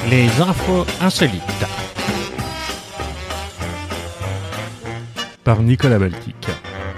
Les infos insolites. Par Nicolas Baltic.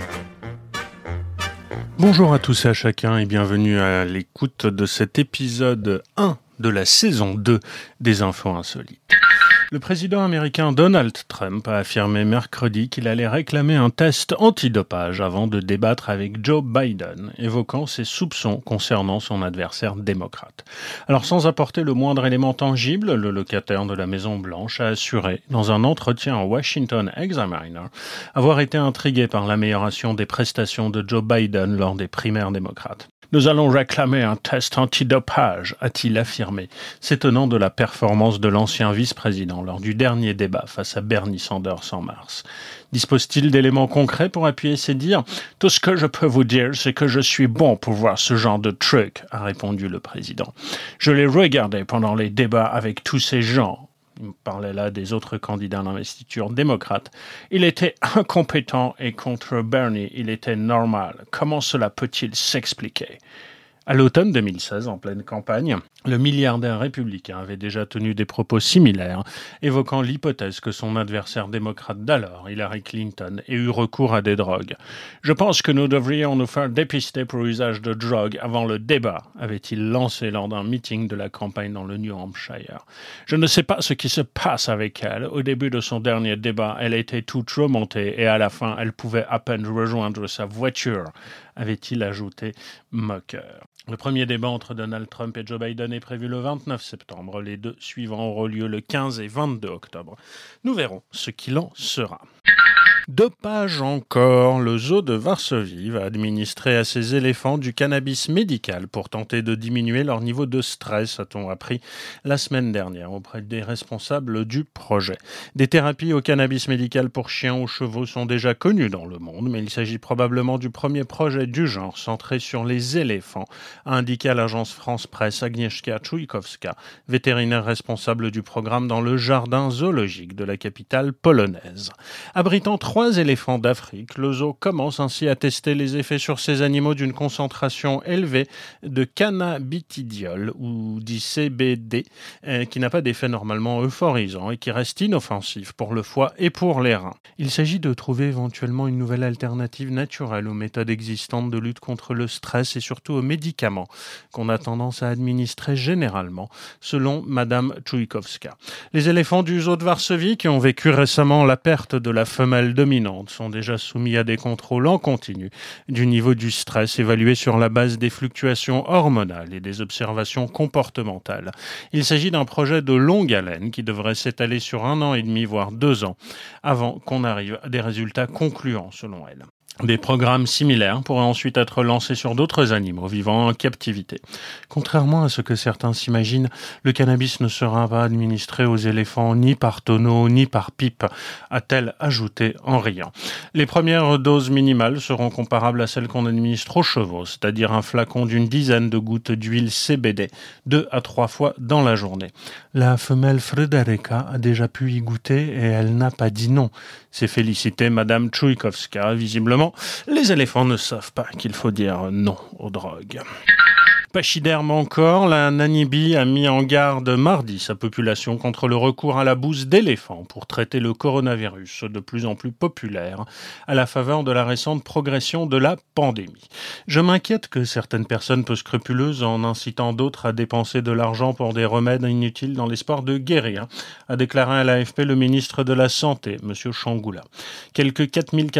Bonjour à tous et à chacun et bienvenue à l'écoute de cet épisode 1 de la saison 2 des infos insolites. Le président américain Donald Trump a affirmé mercredi qu'il allait réclamer un test antidopage avant de débattre avec Joe Biden, évoquant ses soupçons concernant son adversaire démocrate. Alors sans apporter le moindre élément tangible, le locataire de la Maison-Blanche a assuré, dans un entretien au Washington Examiner, avoir été intrigué par l'amélioration des prestations de Joe Biden lors des primaires démocrates. Nous allons réclamer un test antidopage, a-t-il affirmé, s'étonnant de la performance de l'ancien vice-président lors du dernier débat face à Bernie Sanders en mars. Dispose-t-il d'éléments concrets pour appuyer ses dires ? « Tout ce que je peux vous dire, c'est que je suis bon pour voir ce genre de truc, » a répondu le président. « Je l'ai regardé pendant les débats avec tous ces gens. » Il parlait là des autres candidats d'investiture démocrates. Il était incompétent et contre Bernie, il était normal. Comment cela peut-il s'expliquer ? À l'automne 2016, en pleine campagne, le milliardaire républicain avait déjà tenu des propos similaires, évoquant l'hypothèse que son adversaire démocrate d'alors, Hillary Clinton, ait eu recours à des drogues. « Je pense que nous devrions nous faire dépister pour usage de drogue avant le débat », avait-il lancé lors d'un meeting de la campagne dans le New Hampshire. « Je ne sais pas ce qui se passe avec elle. Au début de son dernier débat, elle était toute remontée et à la fin, elle pouvait à peine rejoindre sa voiture », avait-il ajouté moqueur. Le premier débat entre Donald Trump et Joe Biden est prévu le 29 septembre. Les deux suivants auront lieu le 15 et 22 octobre. Nous verrons ce qu'il en sera. Dopage encore, le zoo de Varsovie va administrer à ses éléphants du cannabis médical pour tenter de diminuer leur niveau de stress, a-t-on appris la semaine dernière auprès des responsables du projet. Des thérapies au cannabis médical pour chiens ou chevaux sont déjà connues dans le monde, mais il s'agit probablement du premier projet du genre centré sur les éléphants, a indiqué à l'agence France Presse Agnieszka Czujkowska, vétérinaire responsable du programme dans le jardin zoologique de la capitale polonaise. Abritant 3 éléphants d'Afrique, le zoo commence ainsi à tester les effets sur ces animaux d'une concentration élevée de cannabidiol ou dit CBD, qui n'a pas d'effet normalement euphorisant et qui reste inoffensif pour le foie et pour les reins. Il s'agit de trouver éventuellement une nouvelle alternative naturelle aux méthodes existantes de lutte contre le stress et surtout aux médicaments qu'on a tendance à administrer généralement, selon Madame Czujkowska. Les éléphants du zoo de Varsovie qui ont vécu récemment la perte de la femelle dominante sont déjà soumis à des contrôles en continu du niveau du stress évalué sur la base des fluctuations hormonales et des observations comportementales. Il s'agit d'un projet de longue haleine qui devrait s'étaler sur 1 an et demi, voire 2 ans, avant qu'on arrive à des résultats concluants, selon elle. Des programmes similaires pourraient ensuite être lancés sur d'autres animaux vivant en captivité. Contrairement à ce que certains s'imaginent, le cannabis ne sera pas administré aux éléphants ni par tonneau ni par pipe, a-t-elle ajouté en riant. Les premières doses minimales seront comparables à celles qu'on administre aux chevaux, c'est-à-dire un flacon d'une dizaine de gouttes d'huile CBD, 2 à 3 fois dans la journée. La femelle Frederica a déjà pu y goûter et elle n'a pas dit non, s'est félicitée Madame Czujkowska. Visiblement, les éléphants ne savent pas qu'il faut dire non aux drogues. Pachyderme encore, la Namibie a mis en garde mardi sa population contre le recours à la bouse d'éléphant pour traiter le coronavirus, de plus en plus populaire, à la faveur de la récente progression de la pandémie. Je m'inquiète que certaines personnes peu scrupuleuses en incitant d'autres à dépenser de l'argent pour des remèdes inutiles dans l'espoir de guérir, a déclaré à l'AFP le ministre de la Santé, M. Changula. Quelques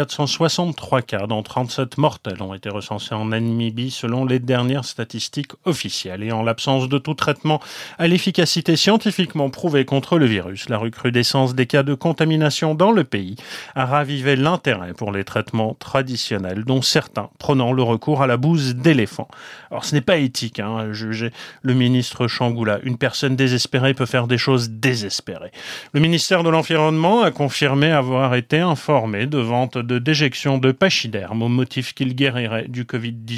4463 cas, dont 37 mortels, ont été recensés en Namibie selon les dernières statistiques officielle et en l'absence de tout traitement à l'efficacité scientifiquement prouvée contre le virus. La recrudescence des cas de contamination dans le pays a ravivé l'intérêt pour les traitements traditionnels, dont certains prônant le recours à la bouse d'éléphant. Alors ce n'est pas éthique, à juger le ministre Changula. Une personne désespérée peut faire des choses désespérées. Le ministère de l'Environnement a confirmé avoir été informé de vente de déjections de pachyderme au motif qu'il guérirait du Covid-19.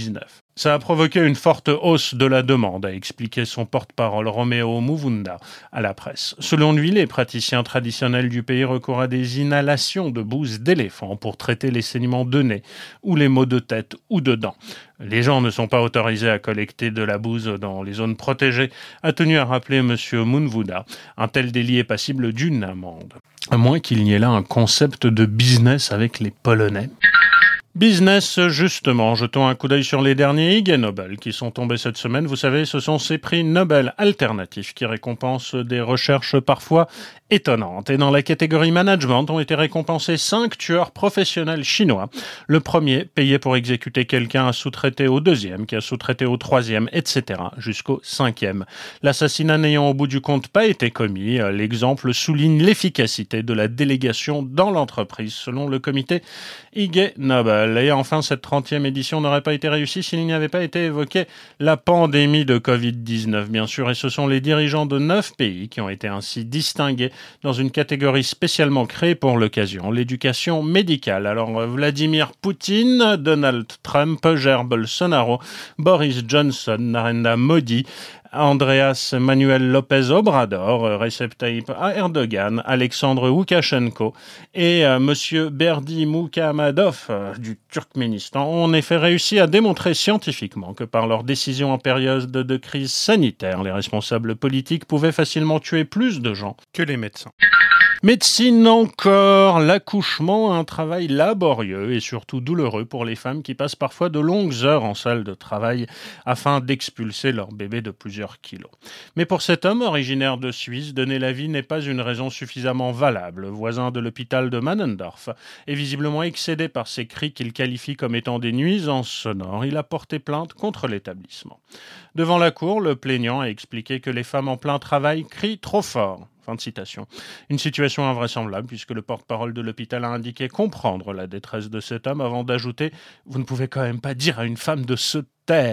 Ça a provoqué une forte hausse de la demande, a expliqué son porte-parole Romeo Muvunda à la presse. Selon lui, les praticiens traditionnels du pays recourent à des inhalations de bouse d'éléphant pour traiter les saignements de nez ou les maux de tête ou de dents. Les gens ne sont pas autorisés à collecter de la bouse dans les zones protégées, a tenu à rappeler M. Muvunda. Un tel délit est passible d'une amende. À moins qu'il n'y ait là un concept de business avec les Polonais. Business, justement, jetons un coup d'œil sur les derniers Ig Nobel qui sont tombés cette semaine. Vous savez, ce sont ces prix Nobel alternatifs qui récompensent des recherches parfois étonnantes. Et dans la catégorie management ont été récompensés 5 tueurs professionnels chinois. Le premier, payé pour exécuter quelqu'un, a sous-traité au deuxième, qui a sous-traité au troisième, etc., jusqu'au 5e. L'assassinat n'ayant au bout du compte pas été commis, l'exemple souligne l'efficacité de la délégation dans l'entreprise, selon le comité Ig Nobel. Et enfin, cette 30e édition n'aurait pas été réussie s'il n'y avait pas été évoqué la pandémie de Covid-19, bien sûr. Et ce sont les dirigeants de 9 pays qui ont été ainsi distingués dans une catégorie spécialement créée pour l'occasion, l'éducation médicale. Alors, Vladimir Poutine, Donald Trump, Jair Bolsonaro, Boris Johnson, Narendra Modi, Andreas Manuel López Obrador, Recep Tayyip Erdogan, Alexandre Loukachenko et Monsieur Berdi Muhammadov du Turkménistan ont en effet réussi à démontrer scientifiquement que par leur décision en période de crise sanitaire, les responsables politiques pouvaient facilement tuer plus de gens que les médecins. Médecine encore, l'accouchement, un travail laborieux et surtout douloureux pour les femmes qui passent parfois de longues heures en salle de travail afin d'expulser leur bébé de plusieurs kilos. Mais pour cet homme originaire de Suisse, donner la vie n'est pas une raison suffisamment valable. Voisin de l'hôpital de Mannendorf est visiblement excédé par ces cris qu'il qualifie comme étant des nuisances sonores. Il a porté plainte contre l'établissement. Devant la cour, le plaignant a expliqué que les femmes en plein travail crient trop fort. Fin de citation. Une situation invraisemblable puisque le porte-parole de l'hôpital a indiqué comprendre la détresse de cet homme avant d'ajouter « Vous ne pouvez quand même pas dire à une femme de se taire ».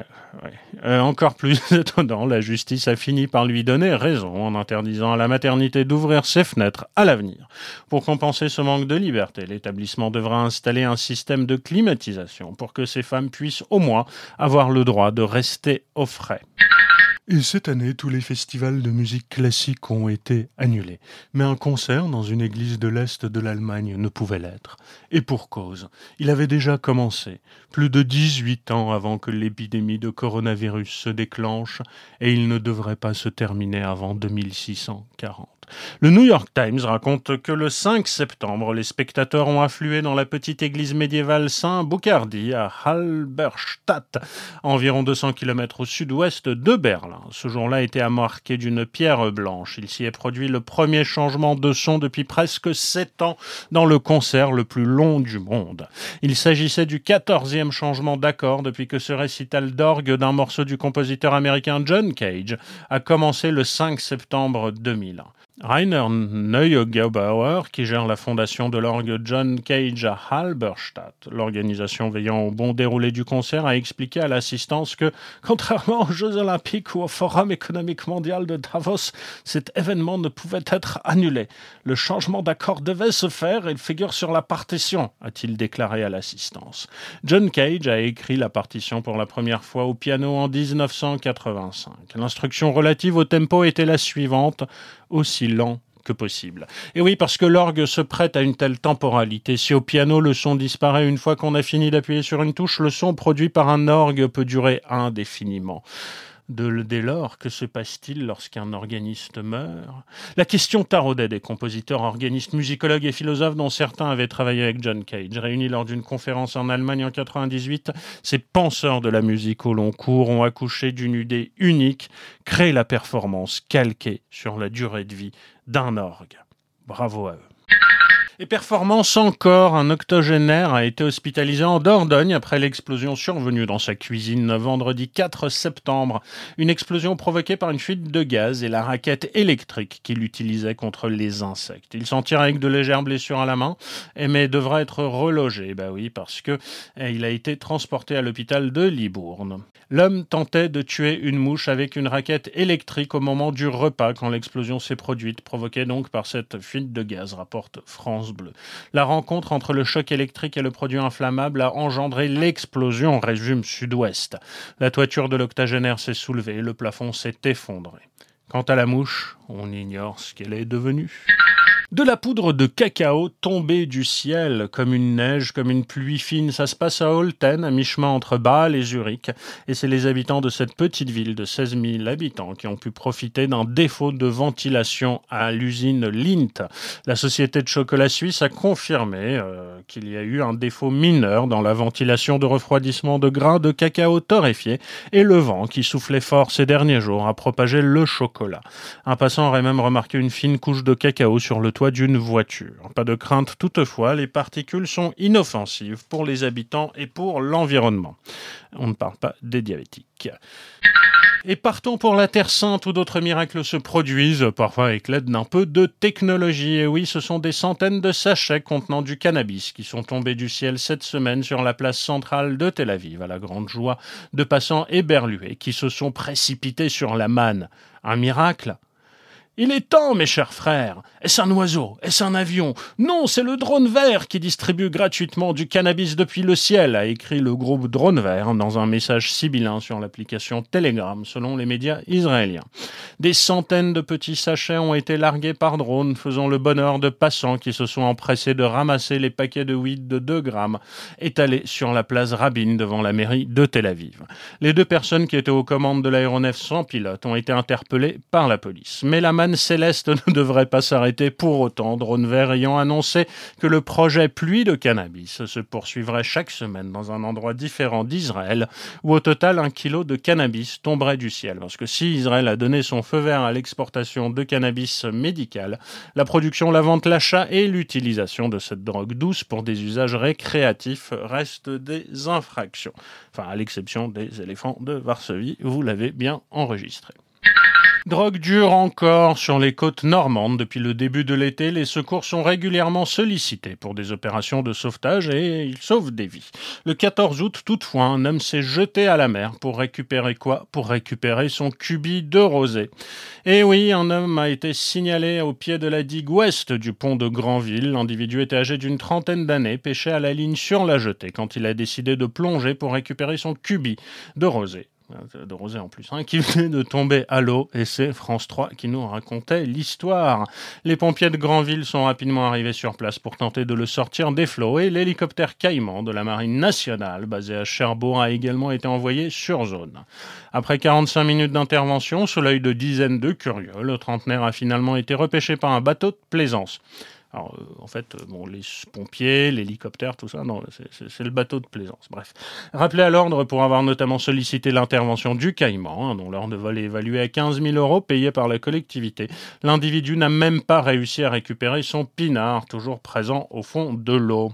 Encore plus étonnant, la justice a fini par lui donner raison en interdisant à la maternité d'ouvrir ses fenêtres à l'avenir. Pour compenser ce manque de liberté, l'établissement devra installer un système de climatisation pour que ces femmes puissent au moins avoir le droit de rester au frais. Et cette année, tous les festivals de musique classique ont été annulés. Mais un concert dans une église de l'Est de l'Allemagne ne pouvait l'être. Et pour cause. Il avait déjà commencé, plus de 18 ans avant que l'épidémie de coronavirus se déclenche, et il ne devrait pas se terminer avant 2640. Le New York Times raconte que le 5 septembre, les spectateurs ont afflué dans la petite église médiévale Saint-Boucardi à Halberstadt, à environ 200 km au sud-ouest de Berlin. Ce jour-là était marqué d'une pierre blanche. Il s'y est produit le premier changement de son depuis presque 7 ans dans le concert le plus long du monde. Il s'agissait du 14e changement d'accord depuis que ce récital d'orgue d'un morceau du compositeur américain John Cage a commencé le 5 septembre 2001. Rainer Neugebauer, qui gère la fondation de l'orgue John Cage à Halberstadt, l'organisation veillant au bon déroulé du concert, a expliqué à l'assistance que, contrairement aux Jeux Olympiques ou au Forum économique mondial de Davos, cet événement ne pouvait être annulé. Le changement d'accord devait se faire et il figure sur la partition, a-t-il déclaré à l'assistance. John Cage a écrit la partition pour la première fois au piano en 1985. L'instruction relative au tempo était la suivante: aussi lent que possible. Et oui, parce que l'orgue se prête à une telle temporalité. Si au piano, le son disparaît une fois qu'on a fini d'appuyer sur une touche, le son produit par un orgue peut durer indéfiniment. Dès lors, que se passe-t-il lorsqu'un organiste meurt ? La question taraudait des compositeurs, organistes, musicologues et philosophes dont certains avaient travaillé avec John Cage. Réunis lors d'une conférence en Allemagne en 1998, ces penseurs de la musique au long cours ont accouché d'une idée unique, créer la performance calquée sur la durée de vie d'un orgue. Bravo à eux. Et performance encore, un octogénaire a été hospitalisé en Dordogne après l'explosion survenue dans sa cuisine vendredi 4 septembre. Une explosion provoquée par une fuite de gaz et la raquette électrique qu'il utilisait contre les insectes. Il s'en tire avec de légères blessures à la main, mais devra être relogé. Parce que il a été transporté à l'hôpital de Libourne. L'homme tentait de tuer une mouche avec une raquette électrique au moment du repas quand l'explosion s'est produite, provoquée donc par cette fuite de gaz, rapporte France force bleue. La rencontre entre le choc électrique et le produit inflammable a engendré l'explosion, résume Sud-Ouest. La toiture de l'octogénaire s'est soulevée, le plafond s'est effondré. Quant à la mouche, on ignore ce qu'elle est devenue. De la poudre de cacao tombée du ciel comme une neige, comme une pluie fine. Ça se passe à Olten, à mi-chemin entre Bâle et Zurich. Et c'est les habitants de cette petite ville de 16 000 habitants qui ont pu profiter d'un défaut de ventilation à l'usine Lindt. La société de chocolat suisse a confirmé qu'il y a eu un défaut mineur dans la ventilation de refroidissement de grains de cacao torréfiés. Et le vent qui soufflait fort ces derniers jours a propagé le chocolat. Un passant aurait même remarqué une fine couche de cacao sur le toit d'une voiture. Pas de crainte toutefois, les particules sont inoffensives pour les habitants et pour l'environnement. On ne parle pas des diabétiques. Et partons pour la Terre Sainte où d'autres miracles se produisent, parfois avec l'aide d'un peu de technologie. Et oui, ce sont des centaines de sachets contenant du cannabis qui sont tombés du ciel cette semaine sur la place centrale de Tel Aviv, à la grande joie de passants éberlués qui se sont précipités sur la manne. Un miracle ? Il est temps, mes chers frères. Est-ce un oiseau? Est-ce un avion? Non, c'est le drone vert qui distribue gratuitement du cannabis depuis le ciel, a écrit le groupe Drone Vert dans un message sibyllin sur l'application Telegram, selon les médias israéliens. Des centaines de petits sachets ont été largués par drone, faisant le bonheur de passants qui se sont empressés de ramasser les paquets de weed de 2 grammes étalés sur la place Rabin devant la mairie de Tel Aviv. Les 2 personnes qui étaient aux commandes de l'aéronef sans pilote ont été interpellées par la police. Mais la manne céleste ne devrait pas s'arrêter pour autant, Drone Vert ayant annoncé que le projet Pluie de cannabis se poursuivrait chaque semaine dans un endroit différent d'Israël, où au total 1 kilo de cannabis tomberait du ciel. Parce que si Israël a donné son feu vert à l'exportation de cannabis médical, la production, la vente, l'achat et l'utilisation de cette drogue douce pour des usages récréatifs restent des infractions. Enfin, à l'exception des éléphants de Varsovie, vous l'avez bien enregistré. Drogue dure encore sur les côtes normandes. Depuis le début de l'été, les secours sont régulièrement sollicités pour des opérations de sauvetage et ils sauvent des vies. Le 14 août, toutefois, un homme s'est jeté à la mer pour récupérer quoi? Pour récupérer son cubi de rosée. Et oui, un homme a été signalé au pied de la digue ouest du pont de Granville. L'individu était âgé d'une 30aine d'années, pêchait à la ligne sur la jetée quand il a décidé de plonger pour récupérer son cubi de rosée. De rosé en plus, qui venait de tomber à l'eau, et c'est France 3 qui nous racontait l'histoire. Les pompiers de Granville sont rapidement arrivés sur place pour tenter de le sortir des flots, et l'hélicoptère Caïman de la Marine nationale, basé à Cherbourg, a également été envoyé sur zone. Après 45 minutes d'intervention, sous l'œil de dizaines de curieux, le trentenaire a finalement été repêché par un bateau de plaisance. Alors, en fait, les pompiers, l'hélicoptère, tout ça, non, c'est le bateau de plaisance. Bref. Rappelé à l'ordre pour avoir notamment sollicité l'intervention du Caïman, dont l'ordre de vol est évalué à 15 000 € payés par la collectivité. L'individu n'a même pas réussi à récupérer son pinard, toujours présent au fond de l'eau.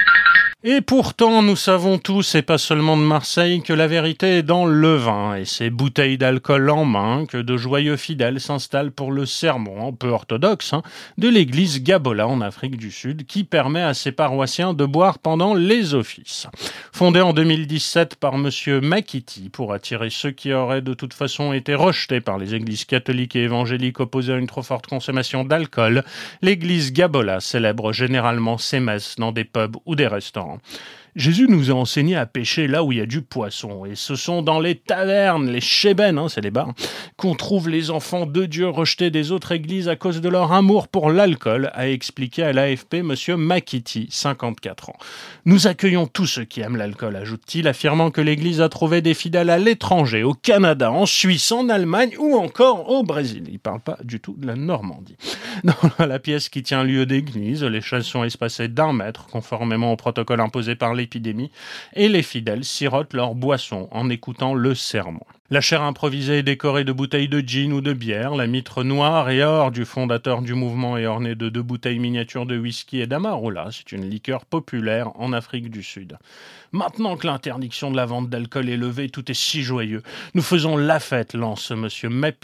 Et pourtant, nous savons tous, et pas seulement de Marseille, que la vérité est dans le vin, et ces bouteilles d'alcool en main, que de joyeux fidèles s'installent pour le sermon, un peu orthodoxe, de l'église Gabola en Afrique du Sud, qui permet à ses paroissiens de boire pendant les offices. Fondée en 2017 par monsieur Makiti pour attirer ceux qui auraient de toute façon été rejetés par les églises catholiques et évangéliques opposées à une trop forte consommation d'alcool, l'église Gabola célèbre généralement ses messes dans des pubs ou des restaurants. Jésus nous a enseigné à pêcher là où il y a du poisson. Et ce sont dans les tavernes, les shébènes, c'est les bars, qu'on trouve les enfants de Dieu rejetés des autres églises à cause de leur amour pour l'alcool, a expliqué à l'AFP monsieur Makiti, 54 ans. Nous accueillons tous ceux qui aiment l'alcool, ajoute-t-il, affirmant que l'église a trouvé des fidèles à l'étranger, au Canada, en Suisse, en Allemagne ou encore au Brésil. Il ne parle pas du tout de la Normandie. Dans la pièce qui tient lieu d'église, les chaises sont espacées d'1 mètre, conformément au protocole imposé par l'épidémie, et les fidèles sirotent leur boisson en écoutant le sermon. La chaire improvisée est décorée de bouteilles de gin ou de bière, la mitre noire et or du fondateur du mouvement est ornée de 2 bouteilles miniatures de whisky et d'Amarula, c'est une liqueur populaire en Afrique du Sud. Maintenant que l'interdiction de la vente d'alcool est levée, tout est si joyeux. Nous faisons la fête, lance monsieur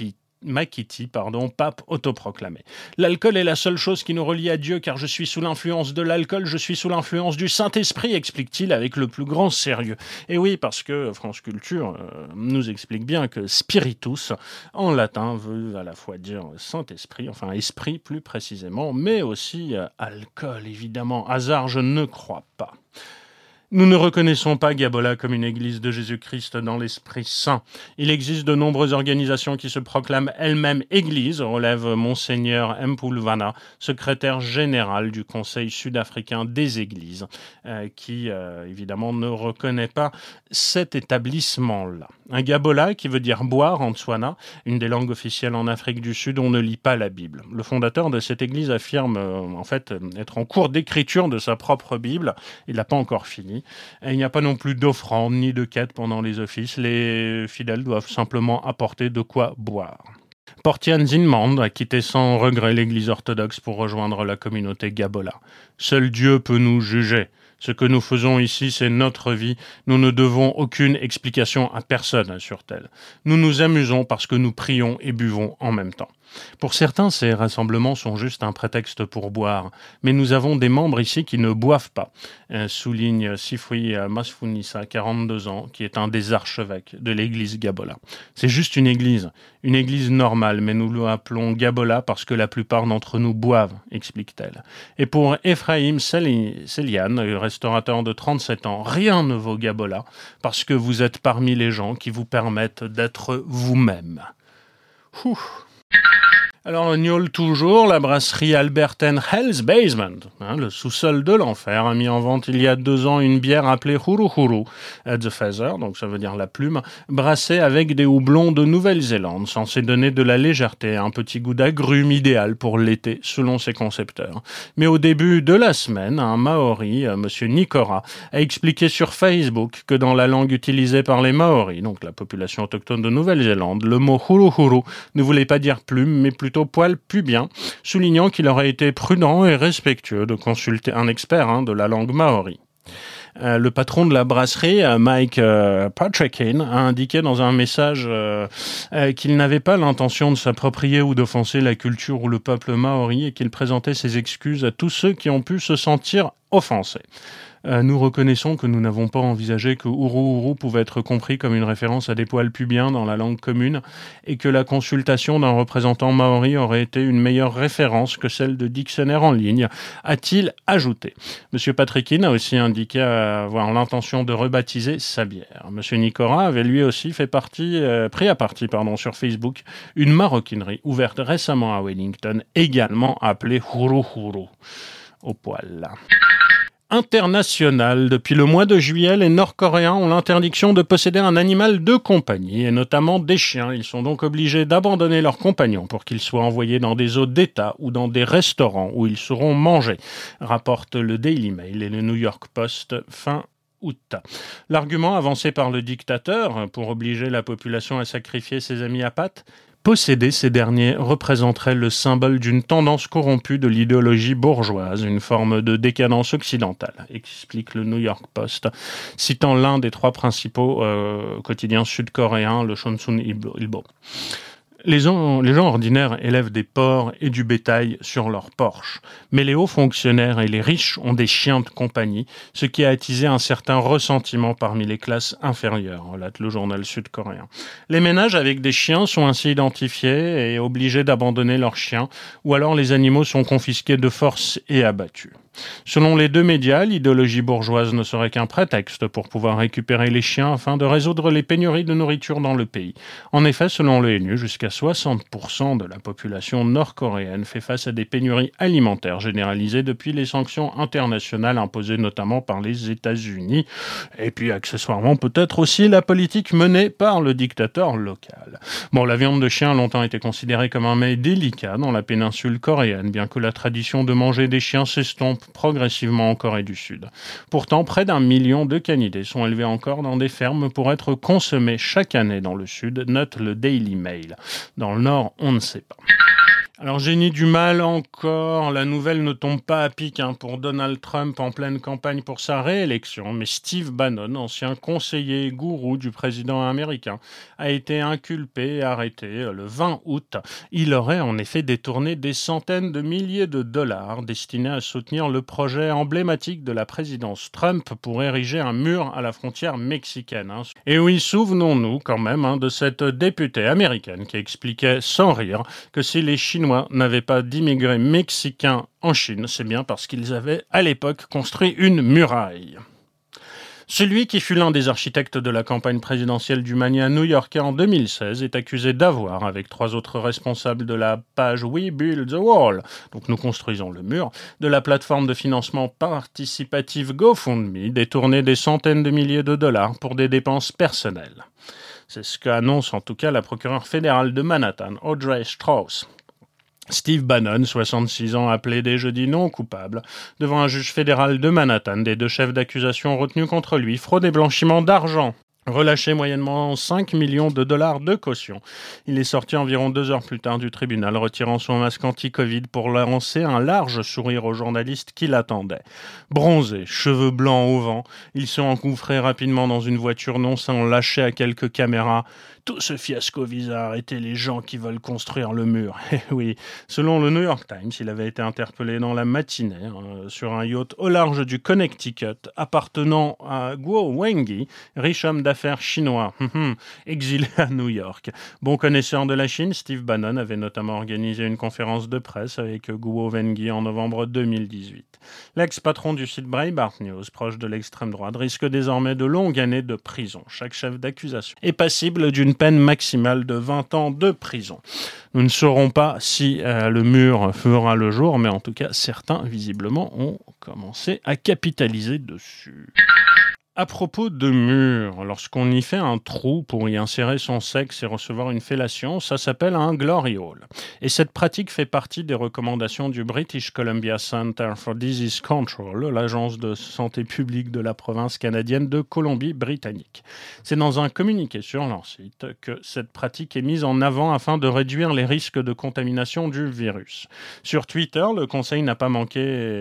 Makiti, pape autoproclamé. L'alcool est la seule chose qui nous relie à Dieu, car je suis sous l'influence de l'alcool, je suis sous l'influence du Saint-Esprit, explique-t-il avec le plus grand sérieux. Et oui, parce que France Culture nous explique bien que spiritus, en latin, veut à la fois dire Saint-Esprit, enfin esprit plus précisément, mais aussi alcool, évidemment. Hasard, je ne crois pas. Nous ne reconnaissons pas Gabola comme une église de Jésus-Christ dans l'Esprit Saint. Il existe de nombreuses organisations qui se proclament elles-mêmes églises, relève Monseigneur Mpulvana, secrétaire général du Conseil sud-africain des églises, qui évidemment ne reconnaît pas cet établissement-là. Un Gabola qui veut dire boire en Tswana, une des langues officielles en Afrique du Sud, on ne lit pas la Bible. Le fondateur de cette église affirme en fait être en cours d'écriture de sa propre Bible. Il n'a pas encore fini. Et il n'y a pas non plus d'offrande ni de quête pendant les offices. Les fidèles doivent simplement apporter de quoi boire. Portian Zinmand a quitté sans regret l'église orthodoxe pour rejoindre la communauté Gabola. Seul Dieu peut nous juger. Ce que nous faisons ici, c'est notre vie. Nous ne devons aucune explication à personne, assure-t-elle. Nous nous amusons parce que nous prions et buvons en même temps. Pour certains, ces rassemblements sont juste un prétexte pour boire, mais nous avons des membres ici qui ne boivent pas, souligne Sifui Masfunisa, 42 ans, qui est un des archevêques de l'église Gabola. C'est juste une église normale, mais nous l'appelons Gabola parce que la plupart d'entre nous boivent, explique-t-elle. Et pour Ephraim Selian, restaurateur de 37 ans, rien ne vaut Gabola parce que vous êtes parmi les gens qui vous permettent d'être vous-même. Ouh. Alors, on gnôle toujours, la brasserie Alberten Hell's Basement, le sous-sol de l'enfer, a mis en vente il y a 2 ans une bière appelée Huru Huru the Feather, donc ça veut dire la plume, brassée avec des houblons de Nouvelle-Zélande, censés donner de la légèreté, un petit goût d'agrumes idéal pour l'été, selon ses concepteurs. Mais au début de la semaine, un Maori, monsieur Nikora, a expliqué sur Facebook que dans la langue utilisée par les Maoris, donc la population autochtone de Nouvelle-Zélande, le mot Huru Huru ne voulait pas dire plume, mais plutôt poil pubien, soulignant qu'il aurait été prudent et respectueux de consulter un expert de la langue maori. Le patron de la brasserie, Mike Patrickin, a indiqué dans un message qu'il n'avait pas l'intention de s'approprier ou d'offenser la culture ou le peuple maori et qu'il présentait ses excuses à tous ceux qui ont pu se sentir offensés. Nous reconnaissons que nous n'avons pas envisagé que Uru Uru pouvait être compris comme une référence à des poils pubiens dans la langue commune et que la consultation d'un représentant maori aurait été une meilleure référence que celle de dictionnaire en ligne, a-t-il ajouté. Monsieur Patrickin a aussi indiqué avoir l'intention de rebaptiser sa bière. Monsieur Nikora avait lui aussi pris à partie sur Facebook une maroquinerie ouverte récemment à Wellington, également appelée Huru Huru, au poil. International. Depuis le mois de juillet, les Nord-Coréens ont l'interdiction de posséder un animal de compagnie, et notamment des chiens. Ils sont donc obligés d'abandonner leurs compagnons pour qu'ils soient envoyés dans des eaux d'État ou dans des restaurants où ils seront mangés, rapporte le Daily Mail et le New York Post fin août. L'argument avancé par le dictateur pour obliger la population à sacrifier ses amis à pattes: posséder ces derniers représenterait le symbole d'une tendance corrompue de l'idéologie bourgeoise, une forme de décadence occidentale, explique le New York Post, citant l'un des 3 principaux quotidiens sud-coréens, le Chonsun Ilbo. Les gens ordinaires élèvent des porcs et du bétail sur leurs porches, mais les hauts fonctionnaires et les riches ont des chiens de compagnie, ce qui a attisé un certain ressentiment parmi les classes inférieures, relate le journal sud-coréen. Les ménages avec des chiens sont ainsi identifiés et obligés d'abandonner leurs chiens, ou alors les animaux sont confisqués de force et abattus. Selon les 2 médias, l'idéologie bourgeoise ne serait qu'un prétexte pour pouvoir récupérer les chiens afin de résoudre les pénuries de nourriture dans le pays. En effet, selon l'ONU, jusqu'à 60% de la population nord-coréenne fait face à des pénuries alimentaires généralisées depuis les sanctions internationales imposées notamment par les États-Unis. Et puis, accessoirement, peut-être aussi la politique menée par le dictateur local. Bon, la viande de chien a longtemps été considérée comme un mets délicat dans la péninsule coréenne, bien que la tradition de manger des chiens s'estompe progressivement en Corée du Sud. Pourtant, près d'1 million de canidés sont élevés encore dans des fermes pour être consommés chaque année dans le Sud, note le Daily Mail. Dans le Nord, on ne sait pas. Alors génie du mal encore, la nouvelle ne tombe pas à pic pour Donald Trump en pleine campagne pour sa réélection, mais Steve Bannon, ancien conseiller gourou du président américain, a été inculpé et arrêté le 20 août. Il aurait en effet détourné des centaines de milliers de dollars destinés à soutenir le projet emblématique de la présidence Trump pour ériger un mur à la frontière mexicaine. Et oui, souvenons-nous quand même de cette députée américaine qui expliquait sans rire que si les Chinois n'avaient pas d'immigrés mexicains en Chine, c'est bien parce qu'ils avaient à l'époque construit une muraille. Celui qui fut l'un des architectes de la campagne présidentielle du mania new-yorkais en 2016 est accusé d'avoir, avec 3 autres responsables de la page We Build the Wall, donc nous construisons le mur, de la plateforme de financement participatif GoFundMe, détourné des centaines de milliers de dollars pour des dépenses personnelles. C'est ce qu'annonce en tout cas la procureure fédérale de Manhattan, Audrey Strauss. Steve Bannon, 66 ans, a plaidé jeudi non coupable devant un juge fédéral de Manhattan des 2 chefs d'accusation retenus contre lui, fraude et blanchiment d'argent. Relâché moyennement 5 millions de dollars de caution. Il est sorti environ 2 heures plus tard du tribunal, retirant son masque anti-Covid pour lancer un large sourire aux journalistes qui l'attendaient. Bronzé, cheveux blancs au vent, il se engouffrait rapidement dans une voiture non sans lâcher à quelques caméras. Tout ce fiasco vise à arrêter les gens qui veulent construire le mur. Et oui, selon le New York Times, il avait été interpellé dans la matinée sur un yacht au large du Connecticut appartenant à Guo Wengui, riche homme d'affaires chinois, exilé à New York. Bon connaisseur de la Chine, Steve Bannon avait notamment organisé une conférence de presse avec Guo Wengui en novembre 2018. L'ex-patron du site Breitbart News, proche de l'extrême droite, risque désormais de longues années de prison. Chaque chef d'accusation est passible d'une peine maximale de 20 ans de prison. Nous ne saurons pas si le mur fera le jour, mais en tout cas, certains, visiblement, ont commencé à capitaliser dessus. À propos de murs, lorsqu'on y fait un trou pour y insérer son sexe et recevoir une fellation, ça s'appelle un glory hole. Et cette pratique fait partie des recommandations du British Columbia Center for Disease Control, l'agence de santé publique de la province canadienne de Colombie-Britannique. C'est dans un communiqué sur leur site que cette pratique est mise en avant afin de réduire les risques de contamination du virus. Sur Twitter, le conseil n'a pas manqué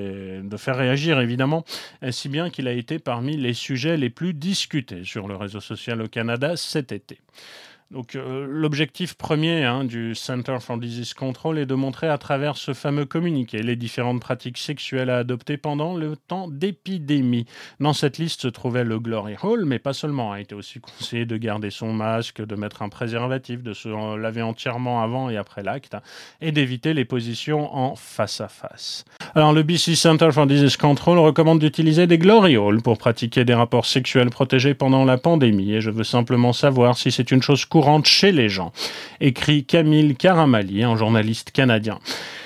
de faire réagir évidemment, si bien qu'il a été parmi les sujets les plus discutés sur le réseau social au Canada cet été. Donc, l'objectif premier du Center for Disease Control est de montrer à travers ce fameux communiqué les différentes pratiques sexuelles à adopter pendant le temps d'épidémie. Dans cette liste se trouvait le glory hole, mais pas seulement. Il a été aussi conseillé de garder son masque, de mettre un préservatif, de se laver entièrement avant et après l'acte, et d'éviter les positions en face à face. Alors, le BC Center for Disease Control recommande d'utiliser des glory holes pour pratiquer des rapports sexuels protégés pendant la pandémie, et je veux simplement savoir si c'est une chose courante chez les gens, écrit Camille Caramali, un journaliste canadien.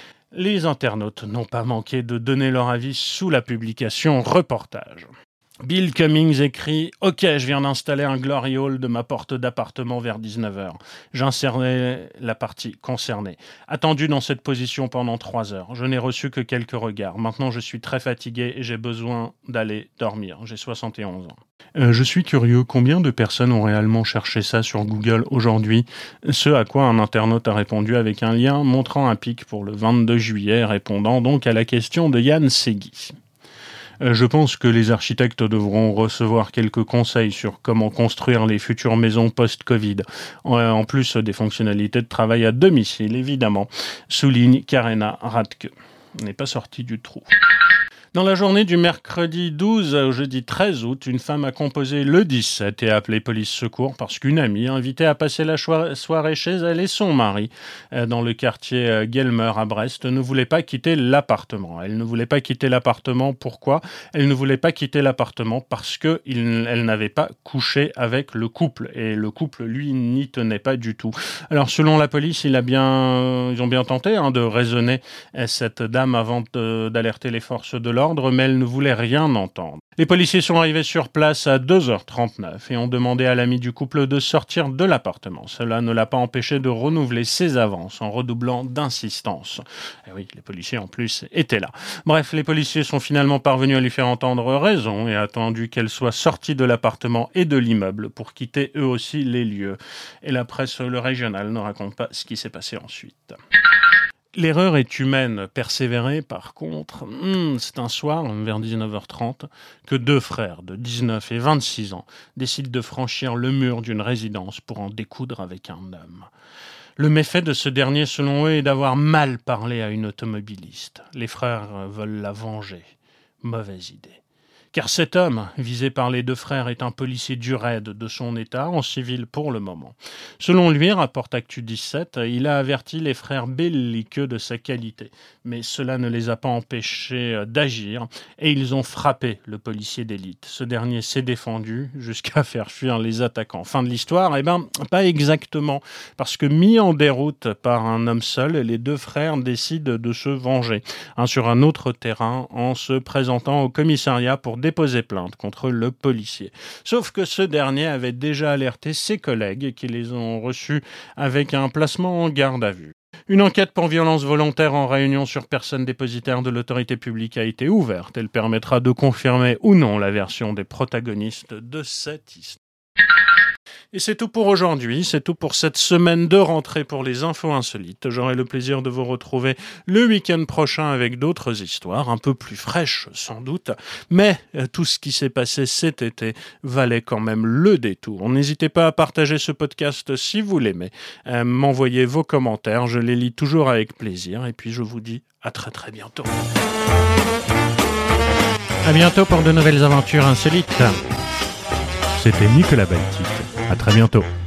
Les internautes n'ont pas manqué de donner leur avis sous la publication reportage. Bill Cummings écrit « Ok, je viens d'installer un glory hole de ma porte d'appartement vers 19h. J'insérais la partie concernée. Attendu dans cette position pendant 3 heures. Je n'ai reçu que quelques regards. Maintenant, je suis très fatigué et j'ai besoin d'aller dormir. J'ai 71 ans. » Je suis curieux, combien de personnes ont réellement cherché ça sur Google aujourd'hui ? Ce à quoi un internaute a répondu avec un lien montrant un pic pour le 22 juillet, répondant donc à la question de Yann Segui. Je pense que les architectes devront recevoir quelques conseils sur comment construire les futures maisons post-Covid, en plus des fonctionnalités de travail à domicile, évidemment, souligne Karena Radke. On n'est pas sorti du trou. Dans la journée du mercredi 12 au jeudi 13 août, une femme a composé le 17 et a appelé police secours parce qu'une amie invitée à passer la soirée chez elle et son mari dans le quartier Guelmer à Brest ne voulait pas quitter l'appartement. Elle ne voulait pas quitter l'appartement. Pourquoi ? Elle ne voulait pas quitter l'appartement parce qu'elle n'avait pas couché avec le couple et le couple, lui, n'y tenait pas du tout. Alors, selon la police, ils ont bien tenté de raisonner cette dame avant d'alerter les forces de l'ordre, mais elle ne voulait rien entendre. Les policiers sont arrivés sur place à 2h39 et ont demandé à l'ami du couple de sortir de l'appartement. Cela ne l'a pas empêché de renouveler ses avances en redoublant d'insistance. Et oui, les policiers en plus étaient là. Bref, les policiers sont finalement parvenus à lui faire entendre raison et attendu qu'elle soit sortie de l'appartement et de l'immeuble pour quitter eux aussi les lieux. Et la presse, le régional, ne raconte pas ce qui s'est passé ensuite. L'erreur est humaine. Persévérer, par contre, c'est un soir, vers 19h30, que deux frères de 19 et 26 ans décident de franchir le mur d'une résidence pour en découdre avec un homme. Le méfait de ce dernier, selon eux, est d'avoir mal parlé à une automobiliste. Les frères veulent la venger. Mauvaise idée. Car cet homme, visé par les deux frères, est un policier du raid de son état, en civil pour le moment. Selon lui, rapporte Actu 17, il a averti les frères belliqueux de sa qualité. Mais cela ne les a pas empêchés d'agir, et ils ont frappé le policier d'élite. Ce dernier s'est défendu jusqu'à faire fuir les attaquants. Fin de l'histoire? Pas exactement, parce que mis en déroute par un homme seul, les deux frères décident de se venger, sur un autre terrain, en se présentant au commissariat pour déposer plainte contre le policier. Sauf que ce dernier avait déjà alerté ses collègues qui les ont reçus avec un placement en garde à vue. Une enquête pour violence volontaire en réunion sur personne dépositaire de l'autorité publique a été ouverte. Elle permettra de confirmer ou non la version des protagonistes de cette histoire. Et c'est tout pour aujourd'hui, c'est tout pour cette semaine de rentrée pour les infos insolites. J'aurai le plaisir de vous retrouver le week-end prochain avec d'autres histoires, un peu plus fraîches sans doute, mais tout ce qui s'est passé cet été valait quand même le détour. N'hésitez pas à partager ce podcast si vous l'aimez, m'envoyer vos commentaires, je les lis toujours avec plaisir, et puis je vous dis à très très bientôt. À bientôt pour de nouvelles aventures insolites. C'était Nicolas Baltic. À très bientôt.